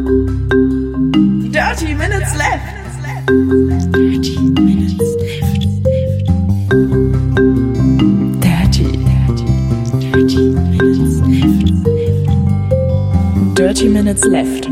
Dirty Minutes Left. Dirty Minutes Left. Dirty Minutes Left. Dirty Minutes Left.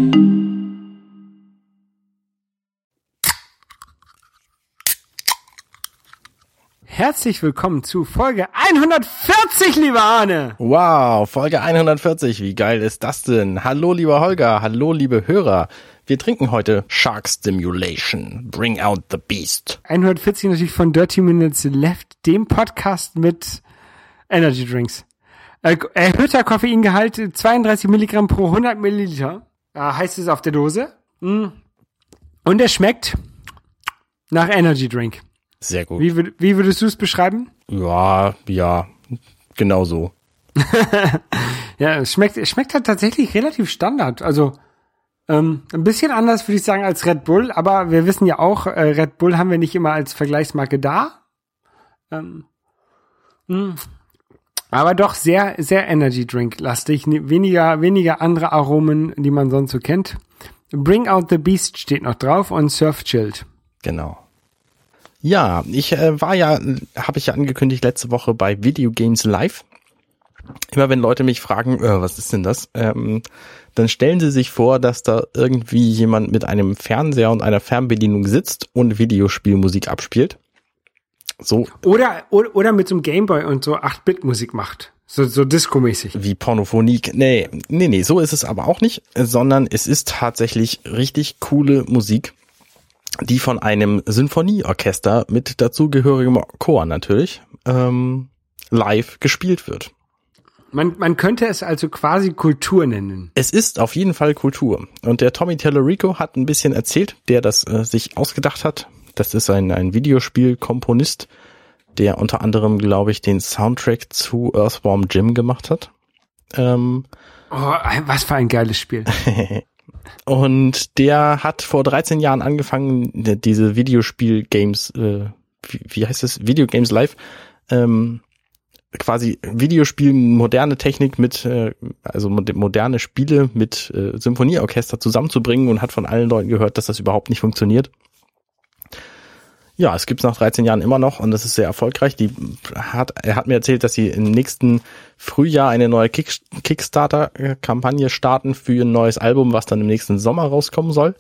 Herzlich willkommen zu Folge 140, lieber Arne. Wow, Folge 140, wie geil ist das denn? Hallo, lieber Holger, hallo, liebe Hörer. Wir trinken heute Shark Stimulation, Bring Out the Beast. 140 natürlich von Dirty Minutes Left, dem Podcast mit Energy Drinks. Erhöhter Koffeingehalt, 32 Milligramm pro 100 Milliliter, heißt es auf der Dose. Und er schmeckt nach Energy Drink. Sehr gut. Wie würdest du es beschreiben? Ja, genau so. Ja, es schmeckt halt tatsächlich relativ Standard. Also ein bisschen anders, würde ich sagen, als Red Bull. Aber wir wissen ja auch, Red Bull haben wir nicht immer als Vergleichsmarke da. Aber doch sehr, sehr Energy Drink lastig. Weniger andere Aromen, die man sonst so kennt. Bring Out the Beast steht noch drauf und Surf Chilled. Genau. Ja, habe ich ja angekündigt letzte Woche bei Video Games Live. Immer wenn Leute mich fragen, was ist denn das? Dann stellen sie sich vor, dass da irgendwie jemand mit einem Fernseher und einer Fernbedienung sitzt und Videospielmusik abspielt. So. Oder mit so einem Gameboy und so 8-Bit-Musik macht. So Disco-mäßig. Wie Pornophonie. Nee, so ist es aber auch nicht, sondern es ist tatsächlich richtig coole Musik, die von einem Sinfonieorchester mit dazugehörigem Chor natürlich live gespielt wird. Man könnte es also quasi Kultur nennen. Es ist auf jeden Fall Kultur. Und der Tommy Tallarico hat ein bisschen erzählt, der das sich ausgedacht hat. Das ist ein Videospielkomponist, der unter anderem, glaube ich, den Soundtrack zu Earthworm Jim gemacht hat. Was für ein geiles Spiel. Und der hat vor 13 Jahren angefangen, diese Videospiel-Games, wie heißt das? Video Games Live, quasi Videospiel, moderne Technik mit, also moderne Spiele mit Symphonieorchester zusammenzubringen und hat von allen Leuten gehört, dass das überhaupt nicht funktioniert. Ja, es gibt's nach 13 Jahren immer noch und das ist sehr erfolgreich. Er hat mir erzählt, dass sie im nächsten Frühjahr eine neue Kickstarter-Kampagne starten für ein neues Album, was dann im nächsten Sommer rauskommen soll.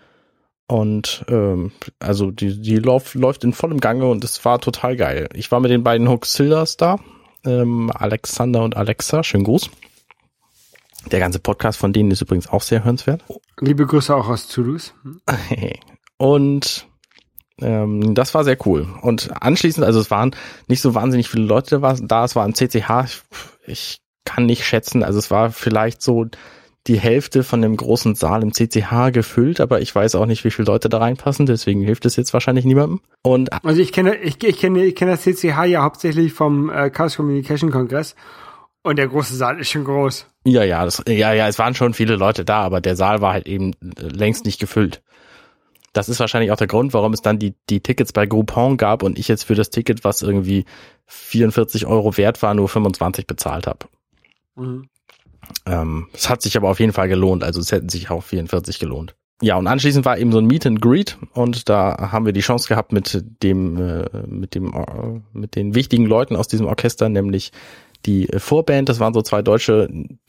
Und also die läuft in vollem Gange und es war total geil. Ich war mit den beiden Hoaxillas da, Alexander und Alexa, schönen Gruß. Der ganze Podcast von denen ist übrigens auch sehr hörenswert. Liebe Grüße auch aus Toulouse. Und das war sehr cool. Und anschließend, also es waren nicht so wahnsinnig viele Leute da, es war im CCH, ich kann nicht schätzen, also es war vielleicht so die Hälfte von dem großen Saal im CCH gefüllt, aber ich weiß auch nicht, wie viele Leute da reinpassen, deswegen hilft es jetzt wahrscheinlich niemandem. Und also ich kenne das CCH ja hauptsächlich vom Chaos Communication Kongress und der große Saal ist schon groß. Ja, es waren schon viele Leute da, aber der Saal war halt eben längst nicht gefüllt. Das ist wahrscheinlich auch der Grund, warum es dann die Tickets bei Groupon gab und ich jetzt für das Ticket, was irgendwie 44 € wert war, nur 25 bezahlt habe. Mhm. Es hat sich aber auf jeden Fall gelohnt, also es hätten sich auch 44 gelohnt. Ja, und anschließend war eben so ein Meet and Greet und da haben wir die Chance gehabt mit den wichtigen Leuten aus diesem Orchester, nämlich die Vorband, das waren so 2 deutsche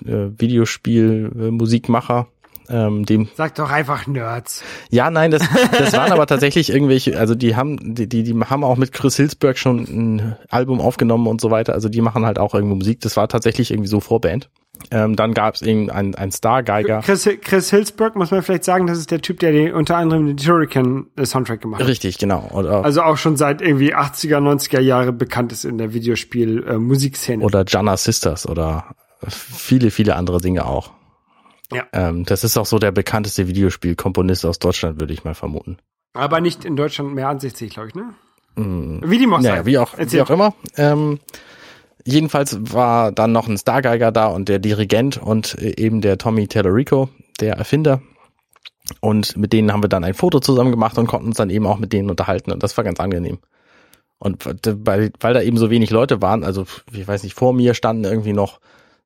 Videospielmusikmacher. Sag doch einfach Nerds. Ja, nein, das waren aber tatsächlich irgendwelche, also die haben auch mit Chris Hillsberg schon ein Album aufgenommen und so weiter, also die machen halt auch irgendwo Musik, das war tatsächlich irgendwie so Vorband. Dann gab es eben einen Star-Geiger. Chris Hillsberg, muss man vielleicht sagen, das ist der Typ, der unter anderem den Turrican-Soundtrack gemacht hat. Richtig, genau. Also auch schon seit irgendwie 80er, 90er Jahre bekannt ist in der Videospiel-Musikszene. Oder Jana Sisters oder viele, viele andere Dinge auch. Ja. Das ist auch so der bekannteste Videospielkomponist aus Deutschland, würde ich mal vermuten. Aber nicht in Deutschland mehr ansichtlich, glaube ich, ne? Wie die Moss. Naja, wie auch immer. Jedenfalls war dann noch ein Stargeiger da und der Dirigent und eben der Tommy Tallarico, der Erfinder. Und mit denen haben wir dann ein Foto zusammen gemacht und konnten uns dann eben auch mit denen unterhalten und das war ganz angenehm. Und weil da eben so wenig Leute waren, also ich weiß nicht, vor mir standen irgendwie noch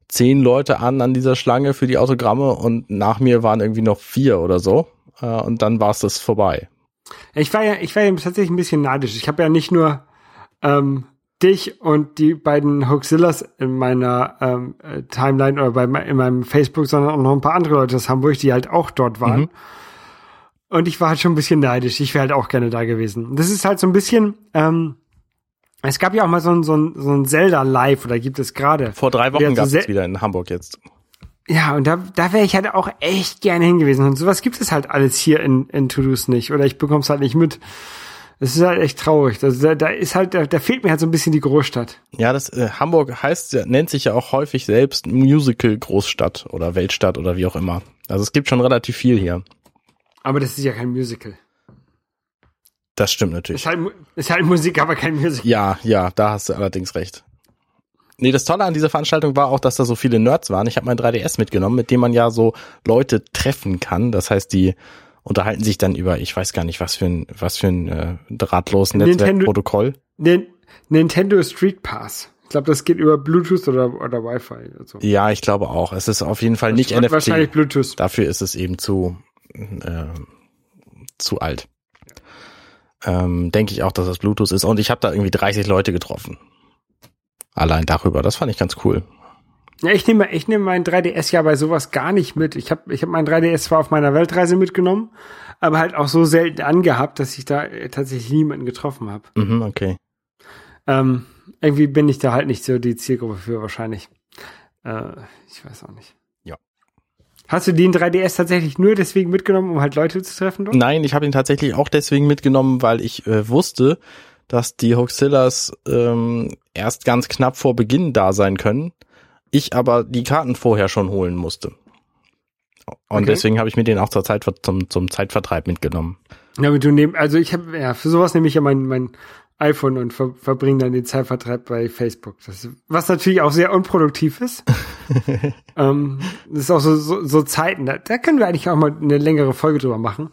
10 Leute an dieser Schlange für die Autogramme und nach mir waren irgendwie noch 4 oder so. Und dann war es das vorbei. Ich war ja tatsächlich ein bisschen neidisch. Ich habe ja nicht nur dich und die beiden Hoaxillas in meiner Timeline oder in meinem Facebook, sondern auch noch ein paar andere Leute aus Hamburg, die halt auch dort waren. Mhm. Und ich war halt schon ein bisschen neidisch. Ich wäre halt auch gerne da gewesen. Das ist halt so ein bisschen, es gab ja auch mal so ein Zelda Live, oder gibt es gerade. Vor 3 Wochen gab es wieder in Hamburg jetzt. Ja, und da wäre ich halt auch echt gerne hingewiesen. Und sowas gibt es halt alles hier in To-Dos nicht. Oder ich bekomme es halt nicht mit. Es ist halt echt traurig. Da fehlt mir halt so ein bisschen die Großstadt. Ja, Hamburg nennt sich ja auch häufig selbst Musical-Großstadt oder Weltstadt oder wie auch immer. Also es gibt schon relativ viel hier. Aber das ist ja kein Musical. Das stimmt natürlich. Ist halt Musik, aber kein Musical. Ja, da hast du allerdings recht. Nee, das Tolle an dieser Veranstaltung war auch, dass da so viele Nerds waren. Ich habe mein 3DS mitgenommen, mit dem man ja so Leute treffen kann. Das heißt, die unterhalten sich dann über, ich weiß gar nicht, was für ein drahtloses Netzwerkprotokoll. Nintendo Street Pass. Ich glaube, das geht über Bluetooth oder Wi-Fi. Also. Ja, ich glaube auch. Es ist auf jeden Fall nicht NFC. Wahrscheinlich Bluetooth. Dafür ist es eben zu alt. Denke ich auch, dass das Bluetooth ist. Und ich habe da irgendwie 30 Leute getroffen. Allein darüber. Das fand ich ganz cool. Ja, ich nehme meinen 3DS ja bei sowas gar nicht mit. Ich hab meinen 3DS zwar auf meiner Weltreise mitgenommen, aber halt auch so selten angehabt, dass ich da tatsächlich niemanden getroffen habe. Mhm, okay. Irgendwie bin ich da halt nicht so die Zielgruppe für wahrscheinlich. Ich weiß auch nicht. Ja. Hast du den 3DS tatsächlich nur deswegen mitgenommen, um halt Leute zu treffen dort? Nein, ich habe ihn tatsächlich auch deswegen mitgenommen, weil ich wusste, dass die Hoaxillas erst ganz knapp vor Beginn da sein können. Ich aber die Karten vorher schon holen musste. Und Deswegen habe ich mir den auch zum Zeitvertreib mitgenommen. Ja, aber für sowas nehme ich ja mein iPhone und verbringe dann den Zeitvertreib bei Facebook. Was natürlich auch sehr unproduktiv ist. Das ist auch so Zeiten, da können wir eigentlich auch mal eine längere Folge drüber machen.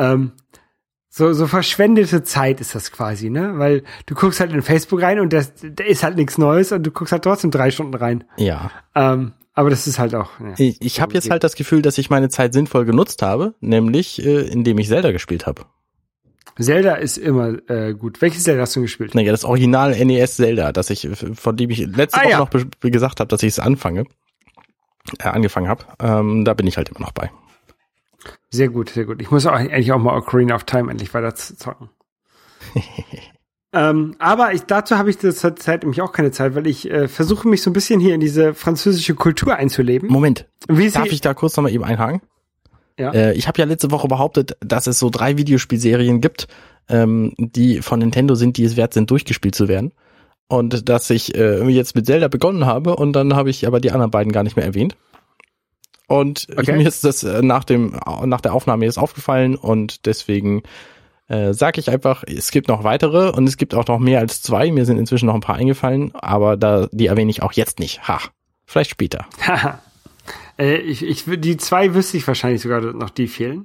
So verschwendete Zeit ist das quasi, ne? Weil du guckst halt in Facebook rein und da ist halt nichts Neues und du guckst halt trotzdem 3 Stunden rein. Ja. Aber das ist halt auch. Ja, ich habe jetzt halt das Gefühl, dass ich meine Zeit sinnvoll genutzt habe, nämlich indem ich Zelda gespielt habe. Zelda ist immer gut. Welches Zelda hast du gespielt? Naja, das Original NES Zelda, von dem ich letzte Woche noch gesagt habe, dass ich es angefangen habe. Da bin ich halt immer noch bei. Sehr gut, sehr gut. Ich muss eigentlich auch mal Ocarina of Time endlich weiter zocken. Aber dazu habe ich zur Zeit nämlich auch keine Zeit, weil ich versuche mich so ein bisschen hier in diese französische Kultur einzuleben. Moment, darf ich da kurz nochmal eben einhaken? Ja. Ich habe ja letzte Woche behauptet, dass es so 3 Videospielserien gibt, die von Nintendo sind, die es wert sind, durchgespielt zu werden. Und dass ich jetzt mit Zelda begonnen habe und dann habe ich aber die anderen beiden gar nicht mehr erwähnt. Und mir ist das nach der Aufnahme jetzt aufgefallen und deswegen sage ich einfach, es gibt noch weitere und es gibt auch noch mehr als 2. Mir sind inzwischen noch ein paar eingefallen, aber die erwähne ich auch jetzt nicht. Vielleicht später. Die 2 wüsste ich wahrscheinlich sogar noch, die fehlen.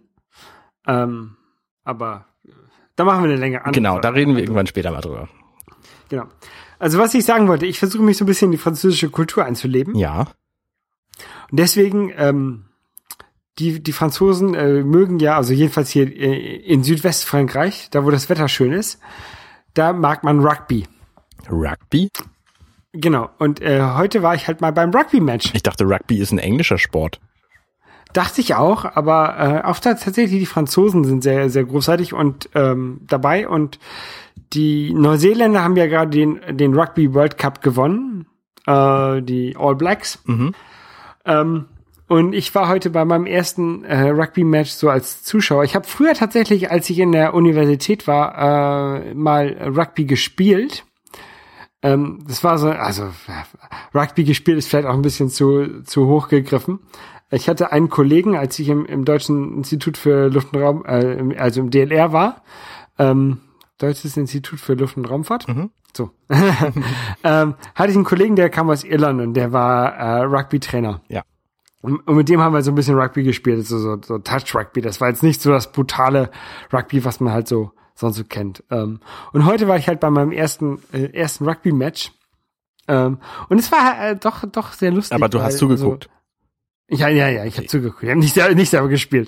Aber da machen wir eine längere Antwort. Genau, da reden wir irgendwann später mal drüber. Genau. Also was ich sagen wollte, ich versuche mich so ein bisschen in die französische Kultur einzuleben. Ja. Und deswegen, die Franzosen mögen ja, also jedenfalls hier in Südwestfrankreich, da wo das Wetter schön ist, da mag man Rugby. Rugby? Genau. Und heute war ich halt mal beim Rugby-Match. Ich dachte, Rugby ist ein englischer Sport. Dachte ich auch, aber auch tatsächlich die Franzosen sind sehr, sehr großartig und dabei. Und die Neuseeländer haben ja gerade den Rugby World Cup gewonnen, die All Blacks. Mhm. Und ich war heute bei meinem ersten Rugby-Match so als Zuschauer. Ich habe früher tatsächlich, als ich in der Universität war, mal Rugby gespielt. Das war so, also Rugby gespielt ist vielleicht auch ein bisschen zu hoch gegriffen. Ich hatte einen Kollegen, als ich im Deutschen Institut für Luft- und Raum, also im DLR war, Deutsches Institut für Luft- und Raumfahrt. Mhm. So. Hatte ich einen Kollegen, der kam aus Irland und der war Rugby-Trainer. Ja. Und mit dem haben wir so ein bisschen Rugby gespielt, so Touch-Rugby. Das war jetzt nicht so das brutale Rugby, was man halt so sonst so kennt. Und heute war ich halt bei meinem ersten Rugby-Match. Und es war doch sehr lustig. Aber du hast zugeguckt. Ja, ich habe zugeguckt. Ich habe nicht selber gespielt.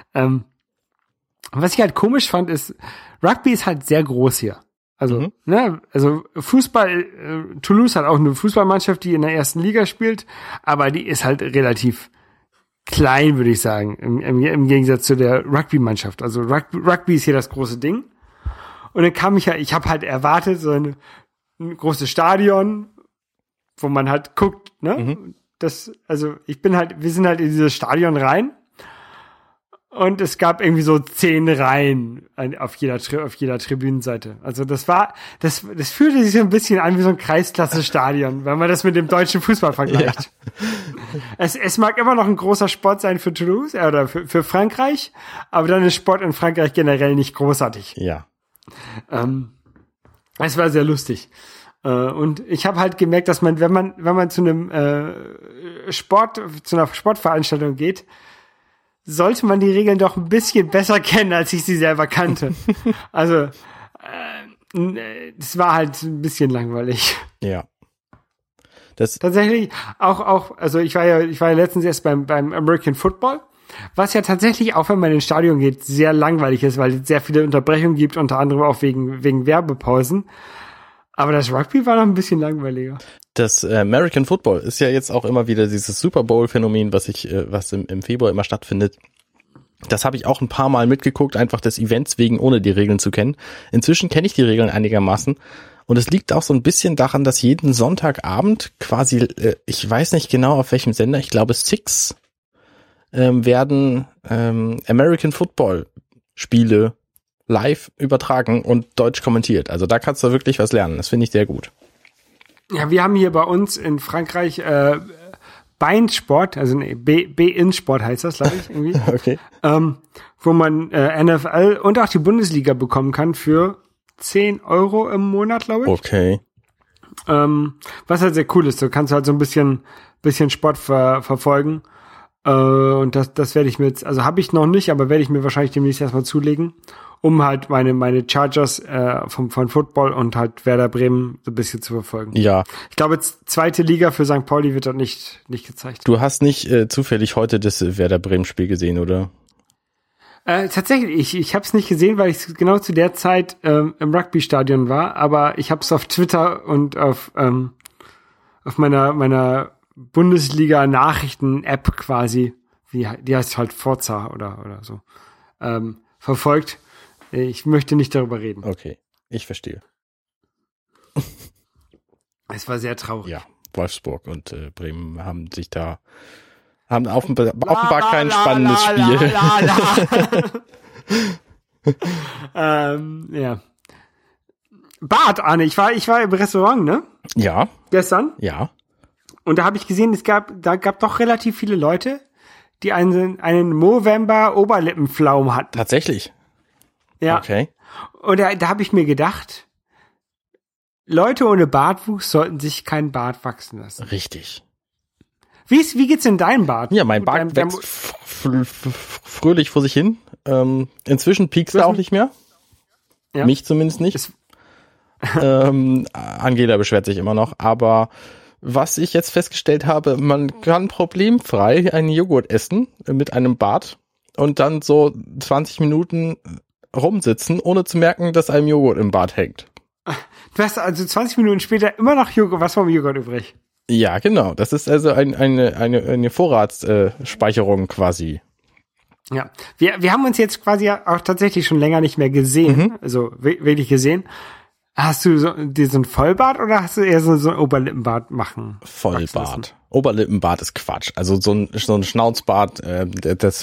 Was ich halt komisch fand, ist, Rugby ist halt sehr groß hier. Also, also Fußball, Toulouse hat auch eine Fußballmannschaft, die in der ersten Liga spielt, aber die ist halt relativ klein, würde ich sagen, im Gegensatz zu der Rugby-Mannschaft. Also Rugby ist hier das große Ding. Und dann kam ich habe halt erwartet, so ein großes Stadion, wo man halt guckt, ne? Wir sind halt in dieses Stadion rein. Und es gab irgendwie so 10 Reihen auf jeder Tribünenseite. Also das fühlte sich so ein bisschen an wie so ein Kreisklasse-Stadion, wenn man das mit dem deutschen Fußball vergleicht. Ja. Es mag immer noch ein großer Sport sein für Toulouse oder für Frankreich, aber dann ist Sport in Frankreich generell nicht großartig. Ja. Es war sehr lustig. Und ich habe halt gemerkt, dass man, wenn man zu einer Sportveranstaltung geht, sollte man die Regeln doch ein bisschen besser kennen, als ich sie selber kannte. Also, es war halt ein bisschen langweilig. Ja. Tatsächlich also ich war ja letztens erst beim American Football, was ja tatsächlich, auch wenn man ins Stadion geht, sehr langweilig ist, weil es sehr viele Unterbrechungen gibt, unter anderem auch wegen Werbepausen. Aber das Rugby war noch ein bisschen langweiliger. Das American Football ist ja jetzt auch immer wieder dieses Super Bowl-Phänomen, was im Februar immer stattfindet. Das habe ich auch ein paar Mal mitgeguckt, einfach des Events wegen, ohne die Regeln zu kennen. Inzwischen kenne ich die Regeln einigermaßen. Und es liegt auch so ein bisschen daran, dass jeden Sonntagabend quasi, ich weiß nicht genau auf welchem Sender, ich glaube Six, werden American Football Spiele live übertragen und deutsch kommentiert. Also da kannst du wirklich was lernen. Das finde ich sehr gut. Ja, wir haben hier bei uns in Frankreich Beinsport, also B-In-Sport heißt das, glaube ich, irgendwie. Okay. Wo man NFL und auch die Bundesliga bekommen kann für 10 € im Monat, glaube ich. Okay. Was halt sehr cool ist. Du kannst halt so ein bisschen Sport verfolgen. Und das werde ich mir jetzt, also habe ich noch nicht, aber werde ich mir wahrscheinlich demnächst erstmal zulegen, um halt meine Chargers von Football und halt Werder Bremen so ein bisschen zu verfolgen. Ja. Ich glaube, zweite Liga für St. Pauli wird dort nicht gezeigt. Du hast nicht zufällig heute das Werder Bremen Spiel gesehen, oder? Tatsächlich, ich habe es nicht gesehen, weil ich genau zu der Zeit im Rugby-Stadion war, aber ich habe es auf Twitter und auf meiner Bundesliga-Nachrichten-App quasi, die heißt halt Forza oder so, verfolgt. Ich möchte nicht darüber reden. Okay, ich verstehe. Es war sehr traurig. Ja, Wolfsburg und Bremen haben offenbar kein spannendes Spiel. Ja. Bart, Arne, ich war im Restaurant, ne? Ja. Gestern? Ja. Und da habe ich gesehen, da gab doch relativ viele Leute, die einen Movember-Oberlippenflaum hatten. Tatsächlich? Ja. Okay. Und da habe ich mir gedacht, Leute ohne Bartwuchs sollten sich keinen Bart wachsen lassen. Richtig. Wie geht's in deinem Bart? Ja, mein Bart wächst fröhlich vor sich hin. Inzwischen piekst er auch nicht mehr. Ja. Mich zumindest nicht. Angela beschwert sich immer noch, aber was ich jetzt festgestellt habe, man kann problemfrei einen Joghurt essen mit einem Bart und dann so 20 Minuten rumsitzen, ohne zu merken, dass einem Joghurt im Bart hängt. Du hast also 20 Minuten später immer noch was vom Joghurt übrig? Ja, genau. Das ist also eine Vorratsspeicherung quasi. Ja, wir haben uns jetzt quasi auch tatsächlich schon länger nicht mehr gesehen, also wirklich gesehen. Hast du so ein Vollbart oder hast du eher so ein Oberlippenbart machen? Vollbart. Oberlippenbart ist Quatsch. Also so ein Schnauzbart, das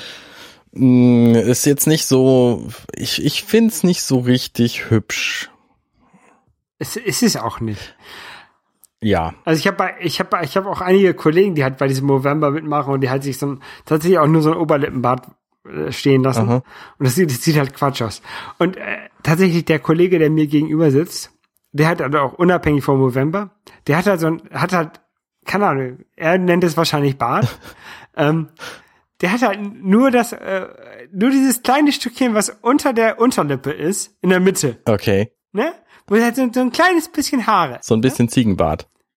ist jetzt nicht so, ich find's nicht so richtig hübsch. Es ist auch nicht. Ja. Also ich habe auch einige Kollegen, die halt bei diesem November mitmachen und die halt sich tatsächlich auch nur so ein Oberlippenbart stehen lassen. Aha. Und das sieht halt Quatsch aus. Und tatsächlich der Kollege, der mir gegenüber sitzt, der hat also auch unabhängig vom November, der hat halt, keine Ahnung, er nennt es wahrscheinlich Bart. Der hat halt nur dieses kleine Stückchen, was unter der Unterlippe ist, in der Mitte. Okay. Ne? Wo halt so ein kleines bisschen Haare. So ein bisschen Ziegenbart.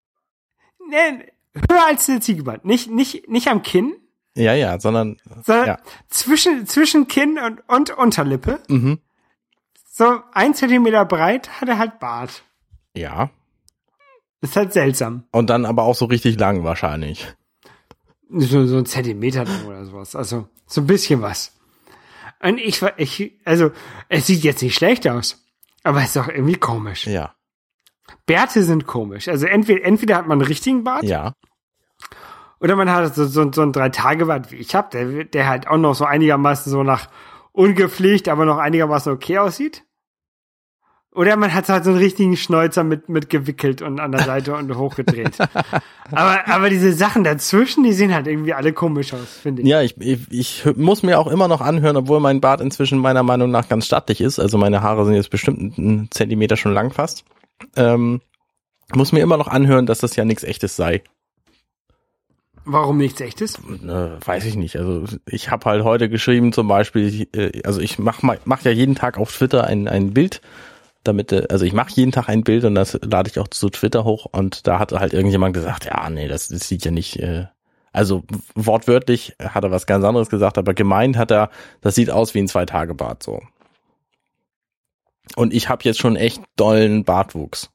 höher als der Ziegelbart. Nicht am Kinn, Ja, sondern ja. zwischen Kinn und Unterlippe. Mhm. So 1 Zentimeter breit hat er halt Bart. Ja. Ist halt seltsam. Und dann aber auch so richtig lang wahrscheinlich. So 1 Zentimeter lang oder sowas. Also so ein bisschen was. Und also es sieht jetzt nicht schlecht aus, aber es ist auch irgendwie komisch. Ja. Bärte sind komisch. Also entweder hat man einen richtigen Bart. Ja. Oder man hat so ein 3-Tage-Bart, wie ich habe, der halt auch noch so einigermaßen so nach ungepflegt, aber noch einigermaßen okay aussieht. Oder man hat halt so einen richtigen Schnäuzer mit gewickelt und an der Seite und hochgedreht. aber diese Sachen dazwischen, die sehen halt irgendwie alle komisch aus, finde ich. Ja, ich muss mir auch immer noch anhören, obwohl mein Bart inzwischen meiner Meinung nach ganz stattlich ist. Also meine Haare sind jetzt bestimmt 1 Zentimeter schon lang fast. Muss mir immer noch anhören, dass das ja nichts Echtes sei. Warum nichts Echtes? Weiß ich nicht. Also ich habe halt heute geschrieben zum Beispiel, ich mach ja jeden Tag auf Twitter ein Bild, ich mache jeden Tag ein Bild und das lade ich auch zu Twitter hoch und da hat halt irgendjemand gesagt, ja, nee, das sieht ja nicht, also wortwörtlich hat er was ganz anderes gesagt, aber gemeint hat er, das sieht aus wie ein 2-Tage-Bart so. Und ich habe jetzt schon echt dollen Bartwuchs.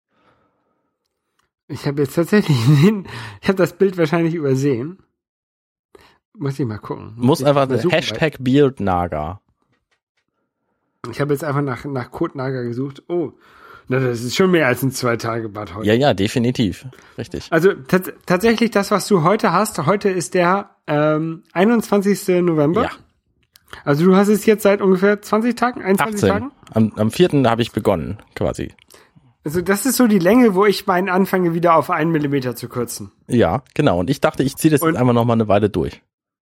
Ich habe jetzt tatsächlich ich habe das Bild wahrscheinlich übersehen. Muss ich mal gucken. Muss einfach Hashtag BeardNaga. Ich habe jetzt einfach nach Kotnager gesucht. Oh, na, das ist schon mehr als ein 2-Tage-Bart heute. Ja, definitiv. Richtig. Also tatsächlich das, was du heute hast. Heute ist der 21. November. Ja. Also du hast es jetzt seit ungefähr 20 Tagen, 21 Tagen? Am 4. habe ich begonnen, quasi. Also das ist so die Länge, wo ich meinen anfange, wieder auf 1 Millimeter zu kürzen. Ja, genau. Und ich dachte, ich ziehe das jetzt einfach noch mal eine Weile durch.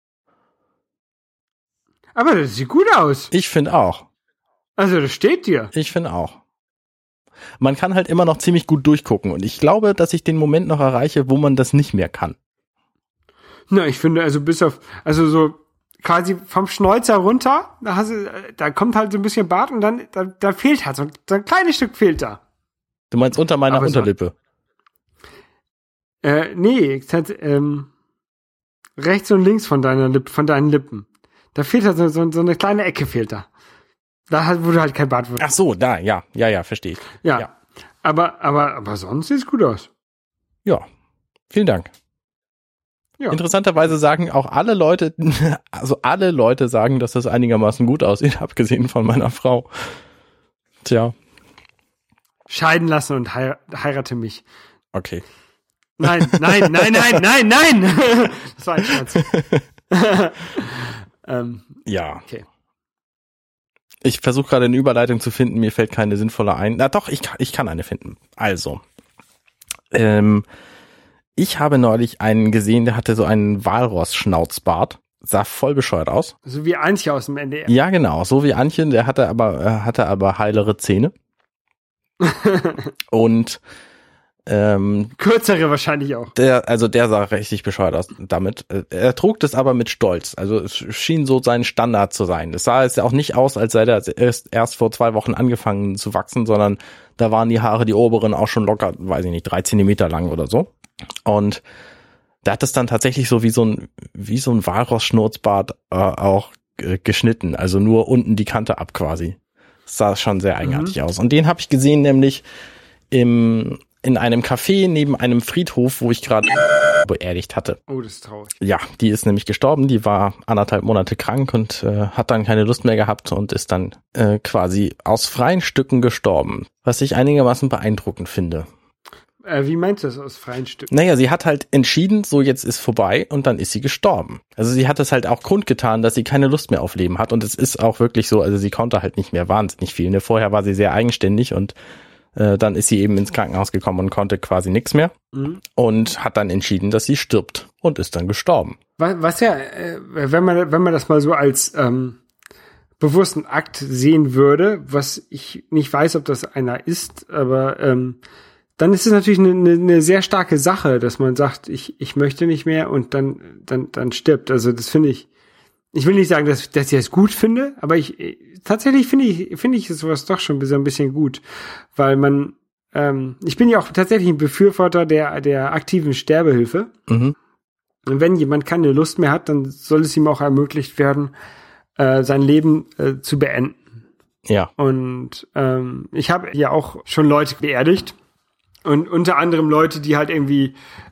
Aber das sieht gut aus. Ich finde auch. Also das steht dir. Ich finde auch. Man kann halt immer noch ziemlich gut durchgucken. Und ich glaube, dass ich den Moment noch erreiche, wo man das nicht mehr kann. Na, ich finde, also also so quasi vom Schnäuzer runter, da kommt halt so ein bisschen Bart und dann, da fehlt halt so ein kleines Stück fehlt da. Du meinst unter meiner Aber Unterlippe? Nee, rechts und links von deinen Lippen. Da fehlt halt so eine kleine Ecke fehlt da. Da wo du halt kein Bart wird. Ach so, da, ja, verstehe ich. Ja. Aber sonst sieht's gut aus. Ja, vielen Dank. Ja. Interessanterweise sagen auch alle Leute sagen, dass das einigermaßen gut aussieht, abgesehen von meiner Frau. Tja. Scheiden lassen und heirate mich. Okay. Nein. Das war ein Scherz. Ja. Okay. Ich versuche gerade eine Überleitung zu finden, mir fällt keine sinnvolle ein. Na doch, ich kann eine finden. Also, ich habe neulich einen gesehen, der hatte so einen Walross-Schnauzbart. Sah voll bescheuert aus. So wie Antje aus dem NDR. Ja, genau. So wie Antje, der hatte aber heilere Zähne. Und kürzere wahrscheinlich auch. Der sah richtig bescheuert aus damit. Er trug das aber mit Stolz. Also es schien so sein Standard zu sein. Es sah jetzt auch nicht aus, als sei der erst vor 2 Wochen angefangen zu wachsen, sondern da waren die Haare, die oberen, auch schon locker, weiß ich nicht, 3 Zentimeter lang oder so. Und der hat das dann tatsächlich so wie so ein Walross-Schnurzbart auch geschnitten. Also nur unten die Kante ab quasi. Das sah schon sehr eigenartig aus. Und den habe ich gesehen, nämlich in einem Café neben einem Friedhof, wo ich gerade beerdigt hatte. Oh, das ist traurig. Ja, die ist nämlich gestorben. Die war 1,5 Monate krank und hat dann keine Lust mehr gehabt und ist dann quasi aus freien Stücken gestorben. Was ich einigermaßen beeindruckend finde. Wie meinst du das aus freien Stücken? Naja, sie hat halt entschieden, so jetzt ist vorbei und dann ist sie gestorben. Also sie hat es halt auch kundgetan, dass sie keine Lust mehr auf Leben hat und es ist auch wirklich so, also sie konnte halt nicht mehr wahnsinnig viel. Vorher war sie sehr eigenständig und dann ist sie eben ins Krankenhaus gekommen und konnte quasi nichts mehr und hat dann entschieden, dass sie stirbt und ist dann gestorben. Was ja, wenn man das mal so als bewussten Akt sehen würde, was ich nicht weiß, ob das einer ist, aber dann ist es natürlich eine sehr starke Sache, dass man sagt, ich möchte nicht mehr und dann stirbt. Also das finde ich will nicht sagen, dass ich es gut finde, aber tatsächlich finde ich sowas doch schon ein bisschen gut, weil man ich bin ja auch tatsächlich ein Befürworter der aktiven Sterbehilfe. Mhm. Und wenn jemand keine Lust mehr hat, dann soll es ihm auch ermöglicht werden, sein Leben zu beenden. Ja. Und ich habe ja auch schon Leute beerdigt. Und unter anderem Leute, die halt irgendwie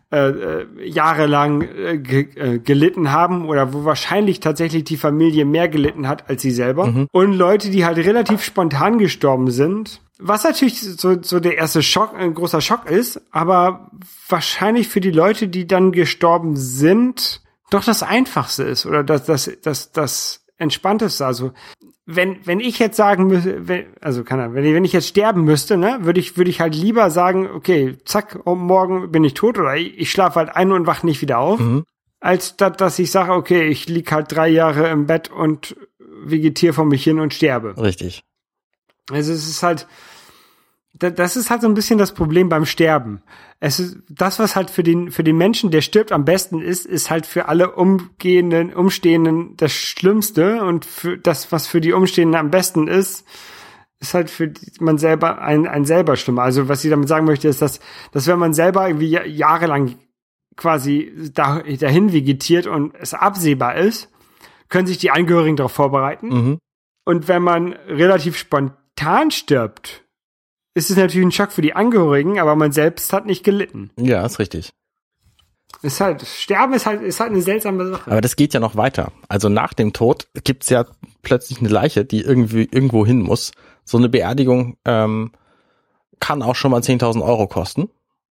jahrelang gelitten haben oder wo wahrscheinlich tatsächlich die Familie mehr gelitten hat als sie selber. Mhm. Und Leute, die halt relativ spontan gestorben sind. Was natürlich so der erste Schock, ein großer Schock ist, aber wahrscheinlich für die Leute, die dann gestorben sind, doch das Einfachste ist oder das Entspannteste. Also wenn ich jetzt sagen müsste, wenn ich jetzt sterben müsste, ne, würde ich halt lieber sagen, okay, zack, morgen bin ich tot oder ich schlafe halt ein und wach nicht wieder auf, als dass ich sage, okay, ich lieg halt 3 Jahre im Bett und vegetiere vor mich hin und sterbe. Richtig. Also es ist halt, das ist halt so ein bisschen das Problem beim Sterben. Es ist das, was halt für den Menschen, der stirbt, am besten ist halt für alle Umstehenden das Schlimmste und für das, was für die Umstehenden am besten ist halt für man selber ein selber schlimmer. Also was ich damit sagen möchte, ist, dass wenn man selber irgendwie jahrelang quasi dahin vegetiert und es absehbar ist, können sich die Angehörigen darauf vorbereiten. Mhm. Und wenn man relativ spontan stirbt, ist es natürlich ein Schock für die Angehörigen, aber man selbst hat nicht gelitten. Ja, ist richtig. Sterben ist halt eine seltsame Sache. Aber das geht ja noch weiter. Also nach dem Tod gibt's ja plötzlich eine Leiche, die irgendwo hin muss. So eine Beerdigung kann auch schon mal 10.000 Euro kosten.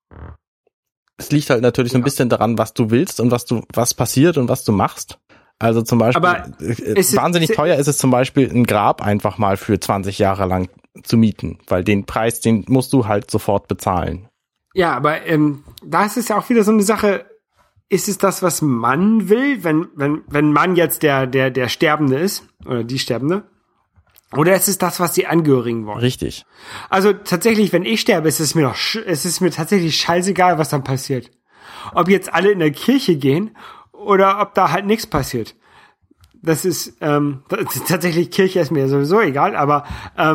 Es liegt halt natürlich so ein bisschen daran, was du willst und was passiert und was du machst. Also zum Beispiel, wahnsinnig teuer ist es zum Beispiel, ein Grab einfach mal für 20 Jahre lang zu mieten, weil den Preis, den musst du halt sofort bezahlen. Ja, aber da ist es ja auch wieder so eine Sache, ist es das, was man will, wenn man jetzt der Sterbende ist, oder die Sterbende, oder ist es das, was die Angehörigen wollen? Richtig. Also tatsächlich, wenn ich sterbe, ist es mir tatsächlich scheißegal, was dann passiert. Ob jetzt alle in der Kirche gehen, oder ob da halt nichts passiert. Das ist tatsächlich, Kirche ist mir sowieso egal, aber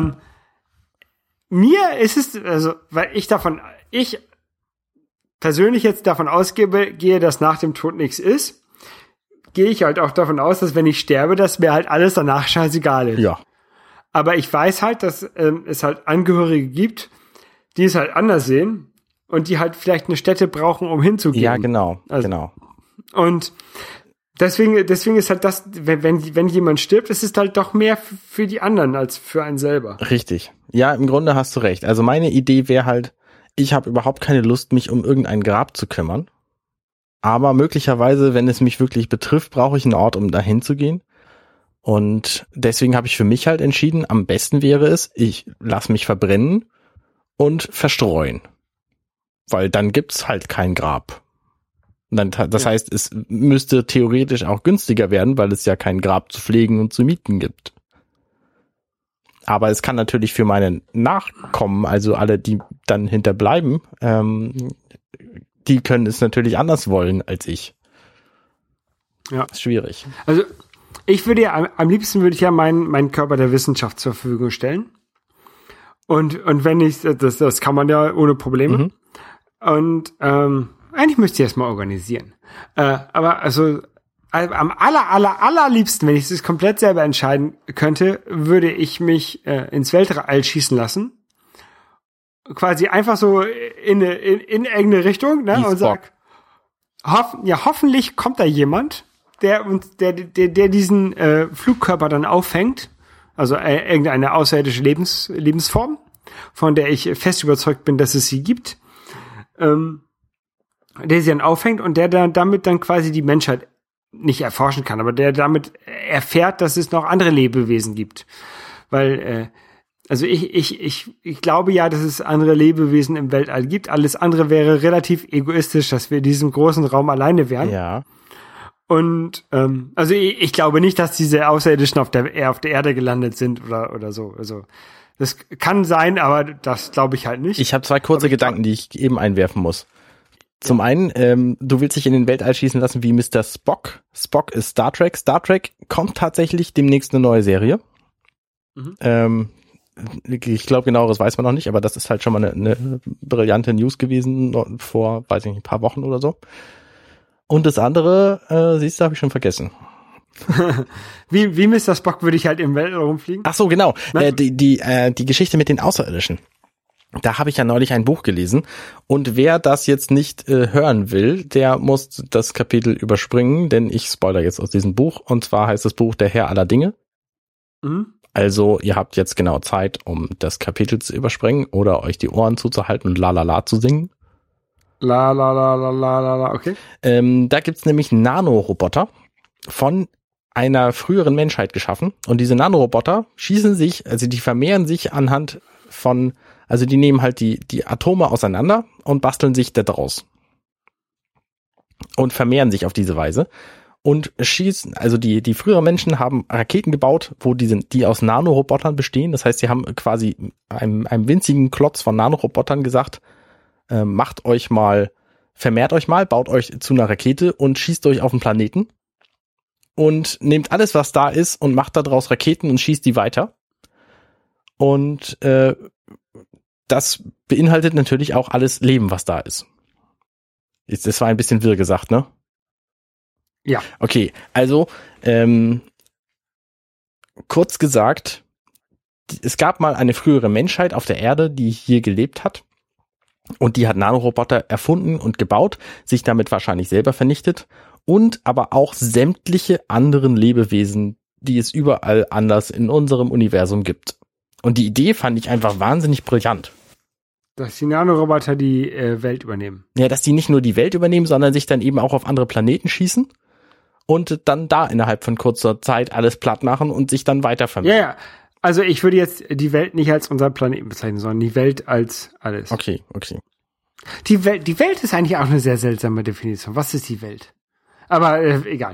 mir ist es, also weil ich persönlich jetzt davon ausgehe, dass nach dem Tod nichts ist, gehe ich halt auch davon aus, dass wenn ich sterbe, dass mir halt alles danach scheißegal ist. Ja. Aber ich weiß halt, dass es halt Angehörige gibt, die es halt anders sehen und die halt vielleicht eine Stätte brauchen, um hinzugehen. Ja, genau, genau. Und deswegen ist halt das, wenn jemand stirbt, ist es halt doch mehr für die anderen als für einen selber. Richtig. Ja, im Grunde hast du recht. Also meine Idee wäre halt, ich habe überhaupt keine Lust, mich um irgendein Grab zu kümmern. Aber möglicherweise, wenn es mich wirklich betrifft, brauche ich einen Ort, um dahin zu gehen. Und deswegen habe ich für mich halt entschieden, am besten wäre es, ich lasse mich verbrennen und verstreuen. Weil dann gibt's halt kein Grab. Das heißt, es müsste theoretisch auch günstiger werden, weil es ja kein Grab zu pflegen und zu mieten gibt. Aber es kann natürlich für meine Nachkommen, also alle, die dann hinterbleiben, die können es natürlich anders wollen als ich. Ja. Ist schwierig. Also am liebsten würde ich ja meinen Körper der Wissenschaft zur Verfügung stellen. Und wenn ich, das kann man ja ohne Probleme. Mhm. Und eigentlich müsste ich das mal organisieren. Aber also am allerliebsten, wenn ich es komplett selber entscheiden könnte, würde ich mich ins Weltall schießen lassen. Quasi einfach so in irgendeine Richtung, ne? Und sag, hoffentlich kommt da jemand, der diesen Flugkörper dann auffängt. Also irgendeine außerirdische Lebensform, von der ich fest überzeugt bin, dass es sie gibt. Der sie dann auffängt und der damit dann quasi die Menschheit nicht erforschen kann, aber der damit erfährt, dass es noch andere Lebewesen gibt. Weil, also ich glaube ja, dass es andere Lebewesen im Weltall gibt. Alles andere wäre relativ egoistisch, dass wir in diesem großen Raum alleine wären. Ja. Und also ich glaube nicht, dass diese Außerirdischen auf der Erde gelandet sind oder so. Also das kann sein, aber das glaube ich halt nicht. Ich habe 2 kurze Gedanken, die ich eben einwerfen muss. Zum einen, du willst dich in den Weltall schießen lassen wie Mr. Spock. Spock ist Star Trek. Star Trek kommt tatsächlich demnächst eine neue Serie. Mhm. Ich glaube, genaueres weiß man noch nicht, aber das ist halt schon mal eine brillante News gewesen vor, weiß ich nicht, ein paar Wochen oder so. Und das andere, siehst du, habe ich schon vergessen. Wie Mr. Spock würde ich halt im Weltall rumfliegen. Ach so, genau. Die Geschichte mit den Außerirdischen. Da habe ich ja neulich ein Buch gelesen. Und wer das jetzt nicht hören will, der muss das Kapitel überspringen, denn ich spoilere jetzt aus diesem Buch. Und zwar heißt das Buch Der Herr aller Dinge. Mhm. Also ihr habt jetzt genau Zeit, um das Kapitel zu überspringen oder euch die Ohren zuzuhalten und la la la zu singen. La la la la la la la, okay. Da gibt's nämlich Nanoroboter von einer früheren Menschheit geschaffen. Und diese Nanoroboter schießen sich, also die vermehren sich anhand von, also die nehmen halt die Atome auseinander und basteln sich da draus. Und vermehren sich auf diese Weise. Und schießen, also die früheren Menschen haben Raketen gebaut, die aus Nanorobotern bestehen. Das heißt, sie haben quasi einem winzigen Klotz von Nanorobotern gesagt, vermehrt euch mal, baut euch zu einer Rakete und schießt euch auf den Planeten. Und nehmt alles, was da ist und macht daraus Raketen und schießt die weiter. Und das beinhaltet natürlich auch alles Leben, was da ist. Das war ein bisschen wirr gesagt, ne? Ja. Okay, also kurz gesagt, es gab mal eine frühere Menschheit auf der Erde, die hier gelebt hat. Und die hat Nanoroboter erfunden und gebaut, sich damit wahrscheinlich selber vernichtet. Und aber auch sämtliche anderen Lebewesen, die es überall anders in unserem Universum gibt. Und die Idee fand ich einfach wahnsinnig brillant. Dass die Nanoroboter die Welt übernehmen. Ja, dass die nicht nur die Welt übernehmen, sondern sich dann eben auch auf andere Planeten schießen und dann da innerhalb von kurzer Zeit alles platt machen und sich dann weiter vermehren. Ja. Also ich würde jetzt die Welt nicht als unseren Planeten bezeichnen, sondern die Welt als alles. Okay. Die Welt ist eigentlich auch eine sehr seltsame Definition. Was ist die Welt? Aber egal.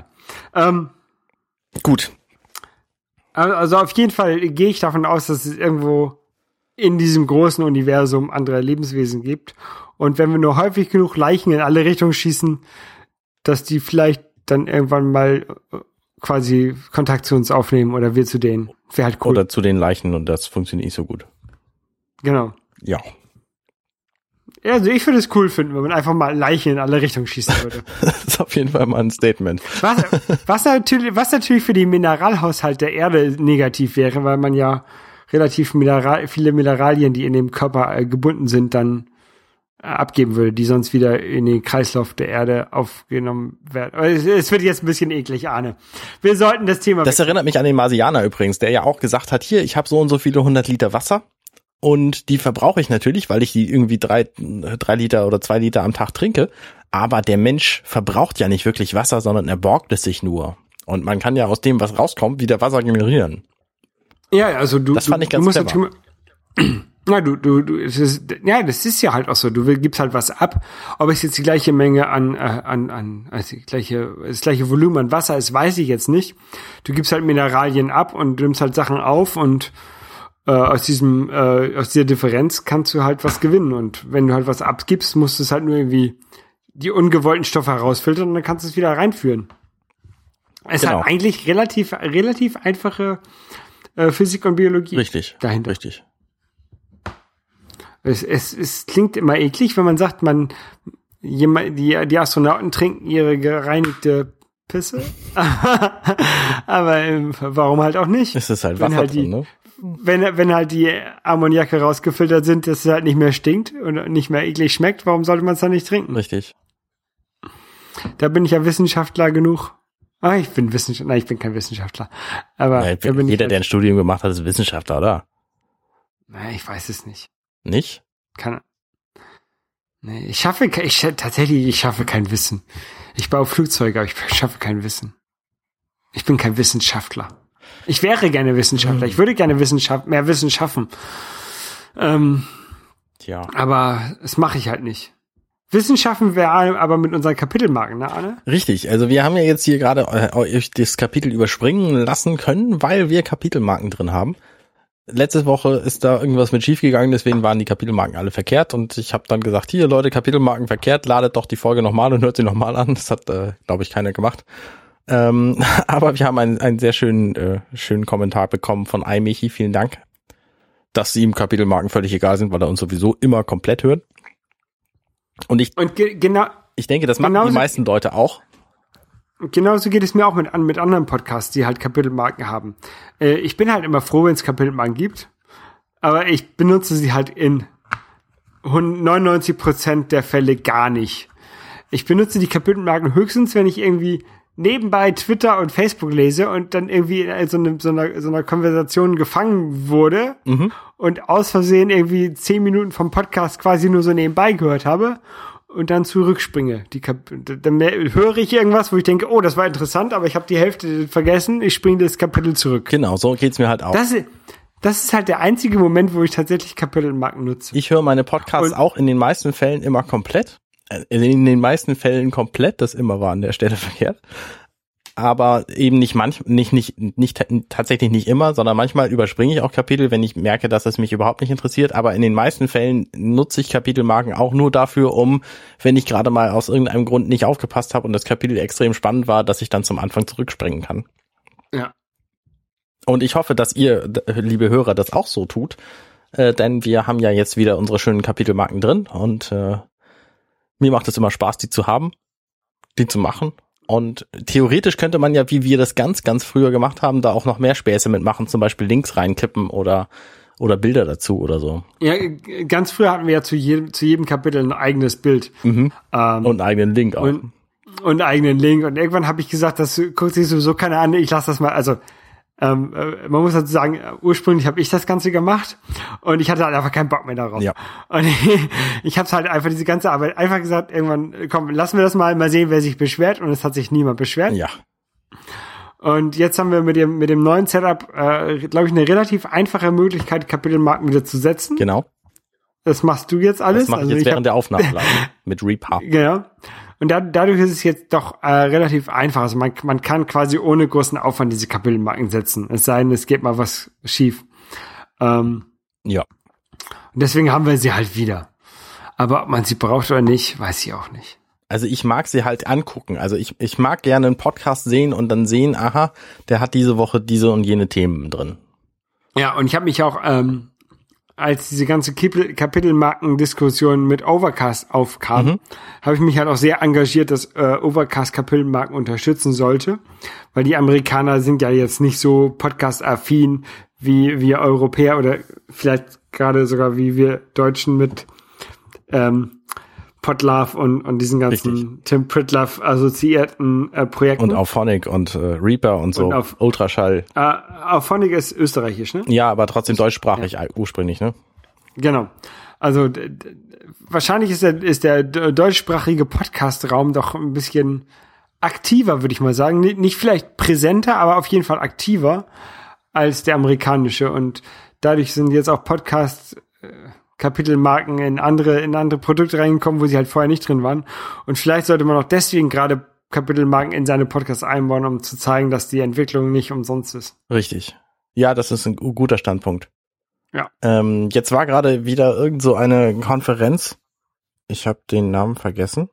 Gut. Also auf jeden Fall gehe ich davon aus, dass es irgendwo in diesem großen Universum andere Lebenswesen gibt. Und wenn wir nur häufig genug Leichen in alle Richtungen schießen, dass die vielleicht dann irgendwann mal quasi Kontakt zu uns aufnehmen oder wir zu denen. Wäre halt cool. Oder zu den Leichen und das funktioniert nicht so gut. Genau. Ja. Also ich würde es cool finden, wenn man einfach mal Leichen in alle Richtungen schießen würde. Das ist auf jeden Fall mal ein Statement. Was natürlich für den Mineralhaushalt der Erde negativ wäre, weil man ja relativ viele Mineralien, die in dem Körper gebunden sind, dann abgeben würde, die sonst wieder in den Kreislauf der Erde aufgenommen werden. Es wird jetzt ein bisschen eklig, Arne. Wir sollten das Thema... Das erinnert mich an den Marsianer übrigens, der ja auch gesagt hat, hier, ich habe so und so viele 100 Liter Wasser und die verbrauche ich natürlich, weil ich die irgendwie 3 Liter oder 2 Liter am Tag trinke, aber der Mensch verbraucht ja nicht wirklich Wasser, sondern er borgt es sich nur. Und man kann ja aus dem, was rauskommt, wieder Wasser generieren. Ja, also das fand ich ganz clever. Das ist ja halt auch so. Du gibst halt was ab. Ob es jetzt die gleiche Menge also das gleiche Volumen an Wasser ist, weiß ich jetzt nicht. Du gibst halt Mineralien ab und nimmst halt Sachen auf und aus dieser Differenz kannst du halt was gewinnen. Und wenn du halt was abgibst, musst du es halt nur irgendwie die ungewollten Stoffe herausfiltern und dann kannst du es wieder reinführen. Es Genau. hat eigentlich relativ einfache Physik und Biologie. Richtig. Dahinter. Richtig. Es klingt immer eklig, wenn man sagt, die Astronauten trinken ihre gereinigte Pisse. Aber warum halt auch nicht? Es ist halt Wasser drin, ne? Wenn halt die Ammoniake rausgefiltert sind, dass es halt nicht mehr stinkt und nicht mehr eklig schmeckt, warum sollte man es dann nicht trinken? Richtig. Da bin ich ja Wissenschaftler genug. Ich bin Wissenschaftler. Nein, ich bin kein Wissenschaftler. Aber jeder, der ein Studium gemacht hat, ist Wissenschaftler, oder? Nein, ich weiß es nicht. Nicht? Nee, ich schaffe kein Wissen. Ich baue Flugzeuge, aber ich schaffe kein Wissen. Ich bin kein Wissenschaftler. Ich wäre gerne Wissenschaftler. Ich würde gerne mehr Wissen schaffen. Tja. Aber das mache ich halt nicht. Wissen schaffen wir aber mit unseren Kapitelmarken, ne, Arne? Richtig. Also wir haben ja jetzt hier gerade euch das Kapitel überspringen lassen können, weil wir Kapitelmarken drin haben. Letzte Woche ist da irgendwas mit schief gegangen, deswegen waren die Kapitelmarken alle verkehrt und ich habe dann gesagt, hier Leute, Kapitelmarken verkehrt, ladet doch die Folge nochmal und hört sie nochmal an. Das hat, glaube ich, keiner gemacht. Aber wir haben einen sehr schönen Kommentar bekommen von iMechi, vielen Dank. dass ihm Kapitelmarken völlig egal sind, weil er uns sowieso immer komplett hört. Und ich denke, das machen die meisten Leute auch. Genauso geht es mir auch mit anderen Podcasts, die halt Kapitelmarken haben. Ich bin halt immer froh, wenn es Kapitelmarken gibt, aber ich benutze sie halt in 99% der Fälle gar nicht. Ich benutze die Kapitelmarken höchstens, wenn ich irgendwie nebenbei Twitter und Facebook lese und dann irgendwie in so einer Konversation gefangen wurde und aus Versehen irgendwie 10 Minuten vom Podcast quasi nur so nebenbei gehört habe und dann zurückspringe. Dann höre ich irgendwas, wo ich denke, oh, das war interessant, aber ich habe die Hälfte vergessen, ich springe das Kapitel zurück. Genau, so geht's mir halt auch. Das ist halt der einzige Moment, wo ich tatsächlich Kapitelmarken nutze. Ich höre meine Podcasts auch in den meisten Fällen immer komplett. In den meisten Fällen komplett, das immer war an der Stelle verkehrt. Aber eben tatsächlich nicht immer, sondern manchmal überspringe ich auch Kapitel, wenn ich merke, dass es mich überhaupt nicht interessiert. Aber in den meisten Fällen nutze ich Kapitelmarken auch nur dafür, wenn ich gerade mal aus irgendeinem Grund nicht aufgepasst habe und das Kapitel extrem spannend war, dass ich dann zum Anfang zurückspringen kann. Ja. Und ich hoffe, dass ihr, liebe Hörer, das auch so tut, denn wir haben ja jetzt wieder unsere schönen Kapitelmarken drin und mir macht es immer Spaß, die zu haben, die zu machen. Und theoretisch könnte man ja, wie wir das ganz, ganz früher gemacht haben, da auch noch mehr Späße mitmachen, zum Beispiel Links reinkippen oder Bilder dazu oder so. Ja, ganz früher hatten wir ja zu jedem Kapitel ein eigenes Bild. Und einen eigenen Link auch. Und einen eigenen Link. Und irgendwann habe ich gesagt, das guckt sich sowieso keiner an, ich lasse das mal, also man muss dazu sagen, ursprünglich habe ich das Ganze gemacht und ich hatte halt einfach keinen Bock mehr darauf. Ja. Und ich habe halt einfach diese ganze Arbeit einfach gesagt, irgendwann, komm, lassen wir das mal sehen, wer sich beschwert, und es hat sich niemand beschwert. Ja. Und jetzt haben wir mit dem neuen Setup, glaube ich, eine relativ einfache Möglichkeit, Kapitelmarken wieder zu setzen. Genau. Das machst du jetzt alles. Das mache ich jetzt während der Aufnahme mit Reaper. Genau. Und dadurch ist es jetzt doch relativ einfach. Also man kann quasi ohne großen Aufwand diese Kapitelmarken setzen. Es sei denn, es geht mal was schief. Ja. Und deswegen haben wir sie halt wieder. Aber ob man sie braucht oder nicht, weiß ich auch nicht. Also ich mag sie halt angucken. Also ich mag gerne einen Podcast sehen und dann sehen, aha, der hat diese Woche diese und jene Themen drin. Ja, und ich habe mich auch, als diese ganze Kapitelmarken-Diskussion mit Overcast aufkam, habe ich mich halt auch sehr engagiert, dass Overcast Kapitelmarken unterstützen sollte, weil die Amerikaner sind ja jetzt nicht so podcast-affin wie wir Europäer oder vielleicht gerade sogar wie wir Deutschen mit Podlove und diesen ganzen Richtig. Tim Pritlove assoziierten Projekten. Und Auphonic und Reaper und so, und Ultraschall. Auphonic ist österreichisch, ne? Ja, aber trotzdem deutschsprachig ursprünglich, ne? Genau. Also wahrscheinlich ist der deutschsprachige Podcast-Raum doch ein bisschen aktiver, würde ich mal sagen. Nicht vielleicht präsenter, aber auf jeden Fall aktiver als der amerikanische. Und dadurch sind jetzt auch Kapitelmarken in andere Produkte reingekommen, wo sie halt vorher nicht drin waren. Und vielleicht sollte man auch deswegen gerade Kapitelmarken in seine Podcasts einbauen, um zu zeigen, dass die Entwicklung nicht umsonst ist. Richtig. Ja, das ist ein guter Standpunkt. Ja. Jetzt war gerade wieder irgend so eine Konferenz. Ich habe den Namen vergessen.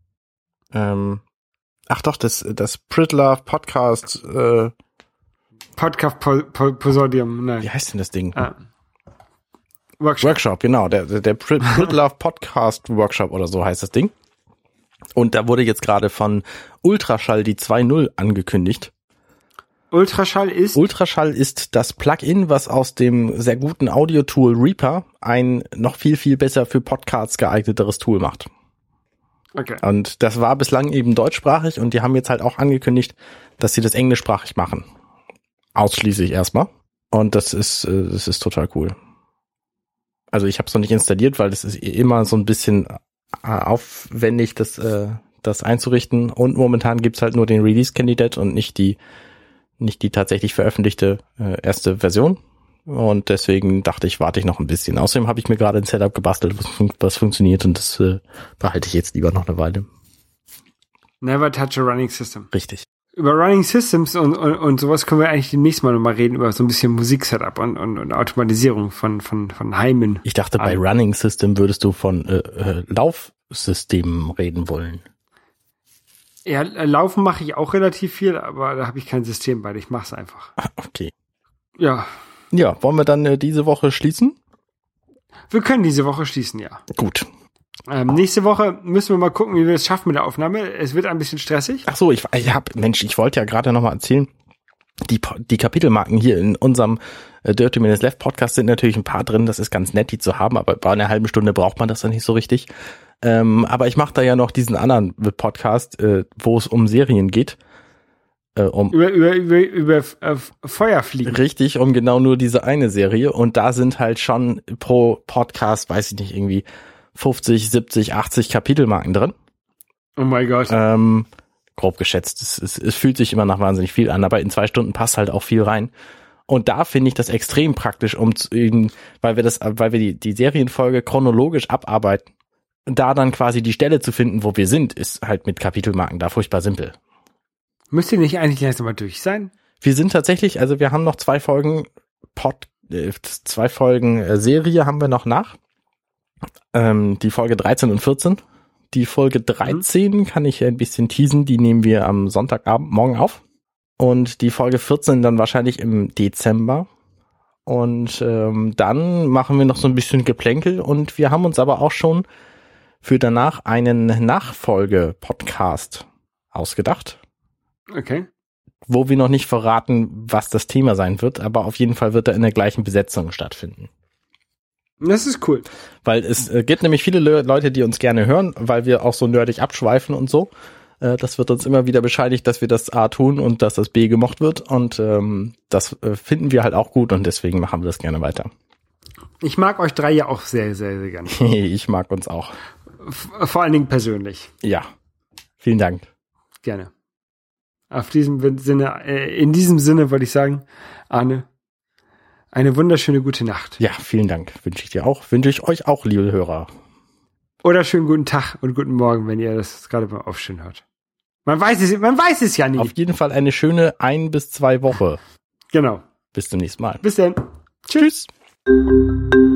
Ach doch, das Pritlove Podcast. Podcast Posodium, nein. Wie heißt denn das Ding? Workshop, genau. Der Pritlove Podcast Workshop oder so heißt das Ding. Und da wurde jetzt gerade von Ultraschall die 2.0 angekündigt. Ultraschall ist das Plugin, was aus dem sehr guten Audio-Tool Reaper ein noch viel, viel besser für Podcasts geeigneteres Tool macht. Okay. Und das war bislang eben deutschsprachig und die haben jetzt halt auch angekündigt, dass sie das englischsprachig machen. Ausschließlich erstmal. Und das ist total cool. Also ich habe es noch nicht installiert, weil das ist immer so ein bisschen aufwendig, das einzurichten. Und momentan gibt's halt nur den Release-Candidate und nicht die tatsächlich veröffentlichte erste Version. Und deswegen dachte ich, warte ich noch ein bisschen. Außerdem habe ich mir gerade ein Setup gebastelt, was funktioniert, und das behalte ich jetzt lieber noch eine Weile. Never touch a running system. Richtig. Über Running Systems und sowas können wir eigentlich demnächst mal nochmal reden, über so ein bisschen Musiksetup und Automatisierung von Heimen. Ich dachte, bei Running System würdest du von Laufsystemen reden wollen. Ja, Laufen mache ich auch relativ viel, aber da habe ich kein System bei. Ich mache es einfach. Okay. Ja. Ja, wollen wir dann diese Woche schließen? Wir können diese Woche schließen, ja. Gut. Nächste Woche müssen wir mal gucken, wie wir es schaffen mit der Aufnahme. Es wird ein bisschen stressig. Ach so, ich wollte ja gerade noch mal erzählen, die Kapitelmarken hier in unserem Dirty Minutes Left Podcast sind natürlich ein paar drin. Das ist ganz nett, die zu haben, aber bei einer halben Stunde braucht man das dann nicht so richtig. Aber ich mache da ja noch diesen anderen Podcast, wo es um Serien geht. Über Feuerfliegen. Richtig, um genau nur diese eine Serie. Und da sind halt schon pro Podcast, weiß ich nicht, irgendwie 50, 70, 80 Kapitelmarken drin. Oh mein Gott. Grob geschätzt. Es fühlt sich immer nach wahnsinnig viel an, aber in 2 Stunden passt halt auch viel rein. Und da finde ich das extrem praktisch, weil wir die Serienfolge chronologisch abarbeiten. Und da dann quasi die Stelle zu finden, wo wir sind, ist halt mit Kapitelmarken da furchtbar simpel. Müsst ihr nicht eigentlich erst mal durch sein? Wir sind tatsächlich, also wir haben noch 2 Folgen 2 Folgen Serie haben wir noch nach. Die Folge 13 und 14. Die Folge 13 kann ich ein bisschen teasen, die nehmen wir am Sonntagabend morgen auf. Und die Folge 14 dann wahrscheinlich im Dezember. Und dann machen wir noch so ein bisschen Geplänkel und wir haben uns aber auch schon für danach einen Nachfolge-Podcast ausgedacht. Okay. Wo wir noch nicht verraten, was das Thema sein wird, aber auf jeden Fall wird er in der gleichen Besetzung stattfinden. Das ist cool. Weil es gibt nämlich viele Leute, die uns gerne hören, weil wir auch so nerdig abschweifen und so. Das wird uns immer wieder bescheinigt, dass wir das A tun und dass das B gemocht wird. Und das finden wir halt auch gut und deswegen machen wir das gerne weiter. Ich mag euch 3 ja auch sehr, sehr, sehr gerne. Ich mag uns auch. Vor allen Dingen persönlich. Ja, vielen Dank. Gerne. In diesem Sinne wollte ich sagen, Arne, eine wunderschöne gute Nacht. Ja, vielen Dank. Wünsche ich dir auch. Wünsche ich euch auch, liebe Hörer. Oder schönen guten Tag und guten Morgen, wenn ihr das gerade beim Aufstehen hört. Man weiß es ja nie. Auf jeden Fall eine schöne 1 bis 2 Woche. Genau. Bis zum nächsten Mal. Bis dann. Tschüss.